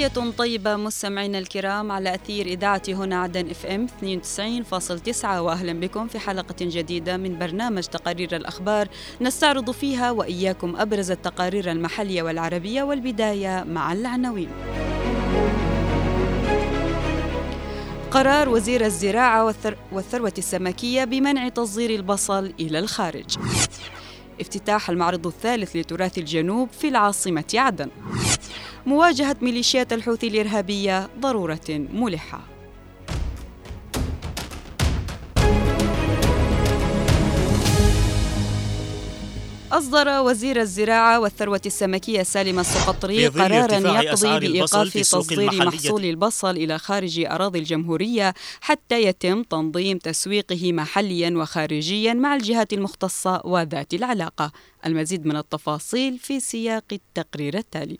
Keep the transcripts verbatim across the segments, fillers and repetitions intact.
تحية طيبة مستمعينا الكرام على أثير إذاعة هنا عدن اف ام اثنين وتسعين فاصلة تسعة، وأهلا بكم في حلقة جديدة من برنامج تقارير الأخبار نستعرض فيها وإياكم أبرز التقارير المحلية والعربية، والبداية مع العناوين. قرار وزير الزراعة والثروة السمكية بمنع تصدير البصل إلى الخارج. افتتاح المعرض الثالث لتراث الجنوب في العاصمة عدن. مواجهة ميليشيات الحوثي الإرهابية ضرورة ملحة. أصدر وزير الزراعة والثروة السمكية سالم السقطري قراراً يقضي بإيقاف تصدير محصول البصل إلى خارج أراضي الجمهورية حتى يتم تنظيم تسويقه محلياً وخارجياً مع الجهات المختصة وذات العلاقة. المزيد من التفاصيل في سياق التقرير التالي.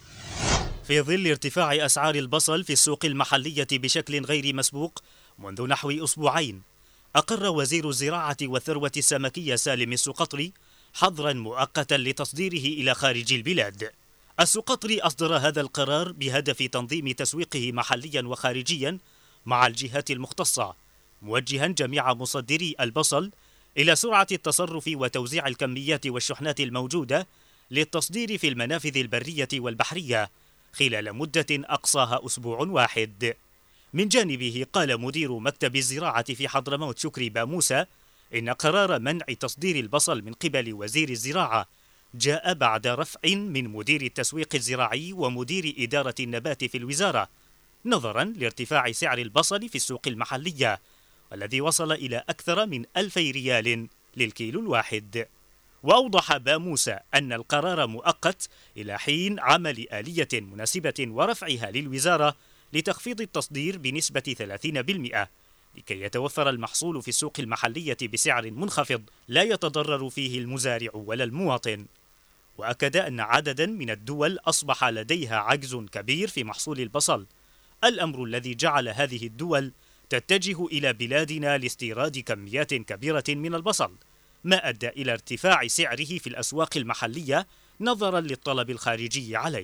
في ظل ارتفاع أسعار البصل في السوق المحلية بشكل غير مسبوق منذ نحو أسبوعين، أقر وزير الزراعة والثروة السمكية سالم السقطري حظرا مؤقتا لتصديره إلى خارج البلاد. السقطري أصدر هذا القرار بهدف تنظيم تسويقه محليا وخارجيا مع الجهات المختصة، موجها جميع مصدري البصل إلى سرعة التصرف وتوزيع الكميات والشحنات الموجودة للتصدير في المنافذ البرية والبحرية خلال مدة أقصاها أسبوع واحد. من جانبه قال مدير مكتب الزراعة في حضرموت شكري باموسى إن قرار منع تصدير البصل من قبل وزير الزراعة جاء بعد رفع من مدير التسويق الزراعي ومدير إدارة النبات في الوزارة نظرا لارتفاع سعر البصل في السوق المحلية، والذي وصل إلى أكثر من ألفي ريال للكيلو الواحد. وأوضح باموسى أن القرار مؤقت إلى حين عمل آلية مناسبة ورفعها للوزارة لتخفيض التصدير بنسبة ثلاثين بالمئة لكي يتوفر المحصول في السوق المحلية بسعر منخفض لا يتضرر فيه المزارع ولا المواطن. وأكد أن عددا من الدول أصبح لديها عجز كبير في محصول البصل، الأمر الذي جعل هذه الدول تتجه إلى بلادنا لاستيراد كميات كبيرة من البصل، ما أدى إلى ارتفاع سعره في الأسواق المحلية نظرا للطلب الخارجي عليه.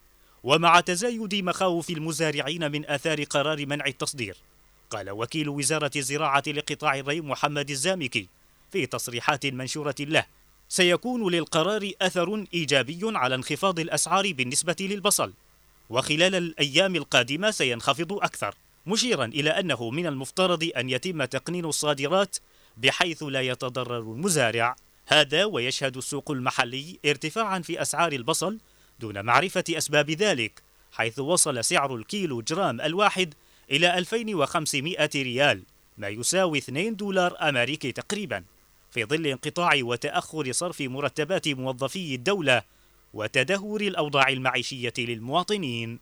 ومع تزايد مخاوف المزارعين من آثار قرار منع التصدير، قال وكيل وزارة الزراعة لقطاع الري محمد الزامكي في تصريحات منشورة له: سيكون للقرار أثر إيجابي على انخفاض الأسعار بالنسبة للبصل، وخلال الأيام القادمة سينخفض أكثر، مشيرا إلى أنه من المفترض أن يتم تقنين الصادرات بحيث لا يتضرر المزارع. هذا ويشهد السوق المحلي ارتفاعا في أسعار البصل دون معرفة أسباب ذلك، حيث وصل سعر الكيلو جرام الواحد إلى ألفين وخمسمائة ريال، ما يساوي اثنين دولار أمريكي تقريبا، في ظل انقطاع وتأخر صرف مرتبات موظفي الدولة وتدهور الأوضاع المعيشية للمواطنين.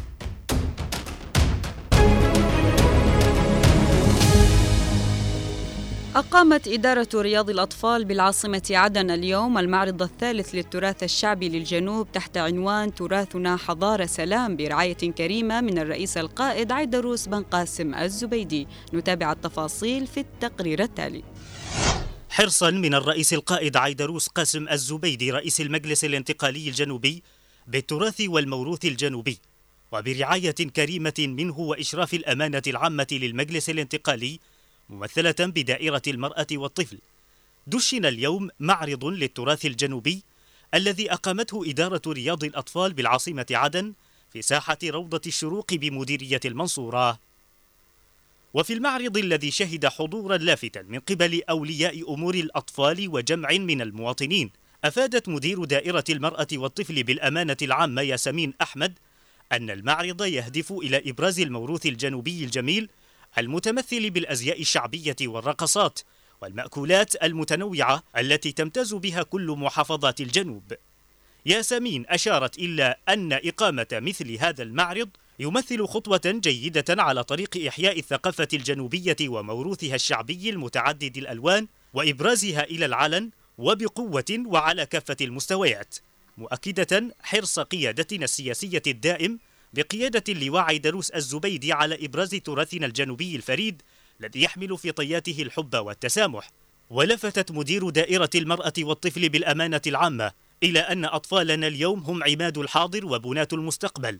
أقامت إدارة رياض الأطفال بالعاصمة عدن اليوم المعرض الثالث للتراث الشعبي للجنوب تحت عنوان تراثنا حضارة سلام برعاية كريمة من الرئيس القائد عيدروس بن قاسم الزبيدي. نتابع التفاصيل في التقرير التالي. حرصا من الرئيس القائد عيدروس قاسم الزبيدي رئيس المجلس الانتقالي الجنوبي بالتراث والموروث الجنوبي، وبرعاية كريمة منه وإشراف الأمانة العامة للمجلس الانتقالي ممثلة بدائرة المرأة والطفل، دشن اليوم معرض للتراث الجنوبي الذي أقامته إدارة رياض الأطفال بالعاصمة عدن في ساحة روضة الشروق بمديرية المنصورة. وفي المعرض الذي شهد حضورا لافتا من قبل أولياء أمور الأطفال وجمع من المواطنين، أفادت مدير دائرة المرأة والطفل بالأمانة العامة ياسمين أحمد أن المعرض يهدف إلى إبراز الموروث الجنوبي الجميل المتمثل بالأزياء الشعبية والرقصات والمأكولات المتنوعة التي تمتاز بها كل محافظات الجنوب. ياسمين أشارت إلى أن إقامة مثل هذا المعرض يمثل خطوة جيدة على طريق إحياء الثقافة الجنوبية وموروثها الشعبي المتعدد الألوان وإبرازها إلى العلن وبقوة وعلى كافة المستويات، مؤكدة حرص قيادتنا السياسية الدائم بقيادة اللواء عيدروس الزبيدي على إبراز تراثنا الجنوبي الفريد الذي يحمل في طياته الحب والتسامح. ولفتت مدير دائرة المرأة والطفل بالأمانة العامة إلى أن أطفالنا اليوم هم عماد الحاضر وبناة المستقبل،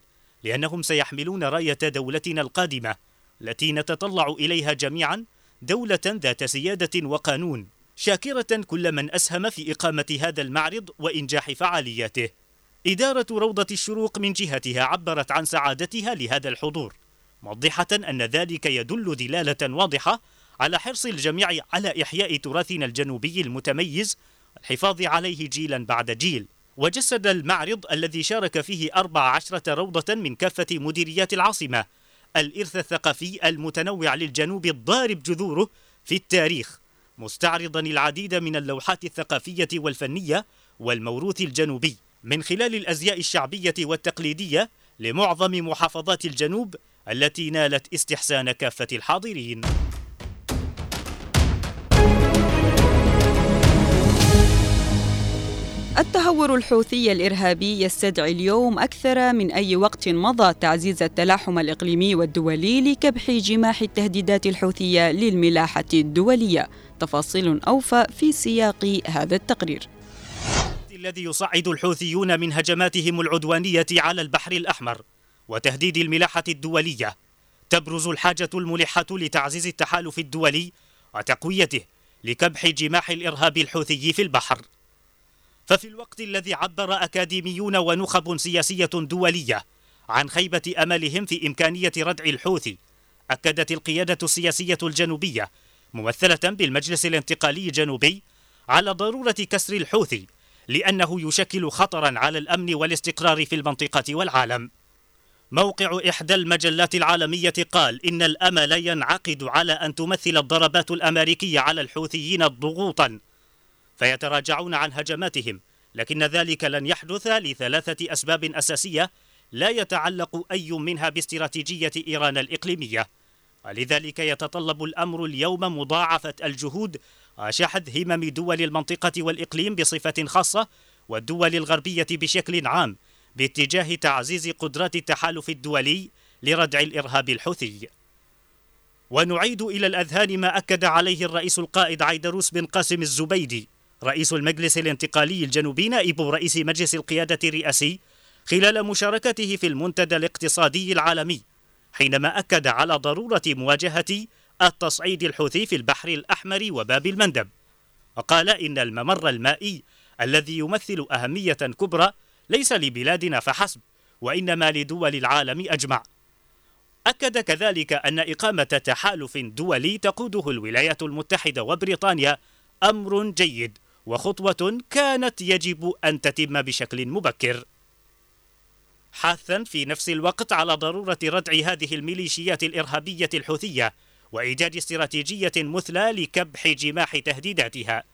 لأنهم سيحملون راية دولتنا القادمة التي نتطلع إليها جميعا، دولة ذات سيادة وقانون، شاكرة كل من أسهم في إقامة هذا المعرض وإنجاح فعالياته. إدارة روضة الشروق من جهتها عبرت عن سعادتها لهذا الحضور، موضحة أن ذلك يدل دلالة واضحة على حرص الجميع على إحياء تراثنا الجنوبي المتميز والحفاظ عليه جيلا بعد جيل. وجسد المعرض الذي شارك فيه أربع عشرة روضة من كافة مديريات العاصمة الإرث الثقافي المتنوع للجنوب الضارب جذوره في التاريخ، مستعرضا العديد من اللوحات الثقافية والفنية والموروث الجنوبي من خلال الأزياء الشعبية والتقليدية لمعظم محافظات الجنوب التي نالت استحسان كافة الحاضرين. التهور الحوثي الإرهابي يستدعي اليوم أكثر من أي وقت مضى تعزيز التلاحم الإقليمي والدولي لكبح جماح التهديدات الحوثية للملاحة الدولية. تفاصيل أوفى في سياق هذا التقرير. الذي يصعد الحوثيون من هجماتهم العدوانية على البحر الأحمر وتهديد الملاحة الدولية، تبرز الحاجة الملحة لتعزيز التحالف الدولي وتقويته لكبح جماح الإرهاب الحوثي في البحر. ففي الوقت الذي عبر أكاديميون ونخب سياسية دولية عن خيبة أملهم في إمكانية ردع الحوثي، أكدت القيادة السياسية الجنوبية ممثلة بالمجلس الانتقالي الجنوبي على ضرورة كسر الحوثي لأنه يشكل خطرا على الأمن والاستقرار في المنطقة والعالم. موقع إحدى المجلات العالمية قال إن الأمل ينعقد على أن تمثل الضربات الأمريكية على الحوثيين ضغوطا فيتراجعون عن هجماتهم، لكن ذلك لن يحدث لثلاثة أسباب أساسية لا يتعلق أي منها باستراتيجية إيران الإقليمية، ولذلك يتطلب الأمر اليوم مضاعفة الجهود وشحذ همم دول المنطقة والإقليم بصفة خاصة والدول الغربية بشكل عام باتجاه تعزيز قدرات التحالف الدولي لردع الإرهاب الحوثي. ونعيد إلى الأذهان ما أكد عليه الرئيس القائد عيدروس بن قاسم الزبيدي رئيس المجلس الانتقالي الجنوبي نائب رئيس مجلس القيادة الرئاسي خلال مشاركته في المنتدى الاقتصادي العالمي، حينما أكد على ضرورة مواجهة التصعيد الحوثي في البحر الأحمر وباب المندب، وقال إن الممر المائي الذي يمثل أهمية كبرى ليس لبلادنا فحسب وإنما لدول العالم أجمع. أكد كذلك أن إقامة تحالف دولي تقوده الولايات المتحدة وبريطانيا أمر جيد وخطوة كانت يجب أن تتم بشكل مبكر، حاثا في نفس الوقت على ضرورة ردع هذه الميليشيات الإرهابية الحوثية وإيجاد استراتيجية مثلى لكبح جماح تهديداتها.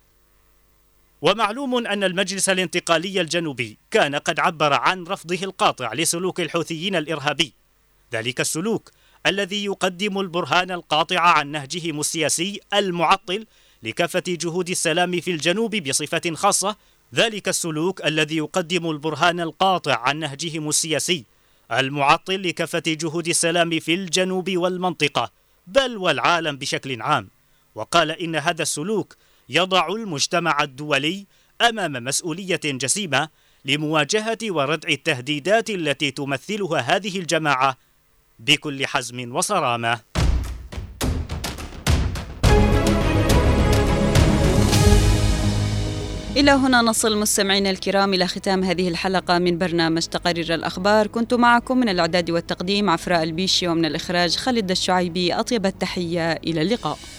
ومعلوم أن المجلس الانتقالي الجنوبي كان قد عبر عن رفضه القاطع لسلوك الحوثيين الإرهابي، ذلك السلوك الذي يقدم البرهان القاطع عن نهجهم السياسي المعطل لكافة جهود السلام في الجنوب بصفة خاصة، ذلك السلوك الذي يقدم البرهان القاطع عن نهجهم السياسي المعطل لكافة جهود السلام في الجنوب والمنطقة بل والعالم بشكل عام. وقال إن هذا السلوك يضع المجتمع الدولي أمام مسؤولية جسيمة لمواجهة وردع التهديدات التي تمثلها هذه الجماعة بكل حزم وصرامة. إلى هنا نصل مستمعينا الكرام إلى ختام هذه الحلقة من برنامج تقارير الأخبار. كنت معكم من الإعداد والتقديم عفراء البيشي، ومن الإخراج خالد الشعيبي. أطيب التحية، إلى اللقاء.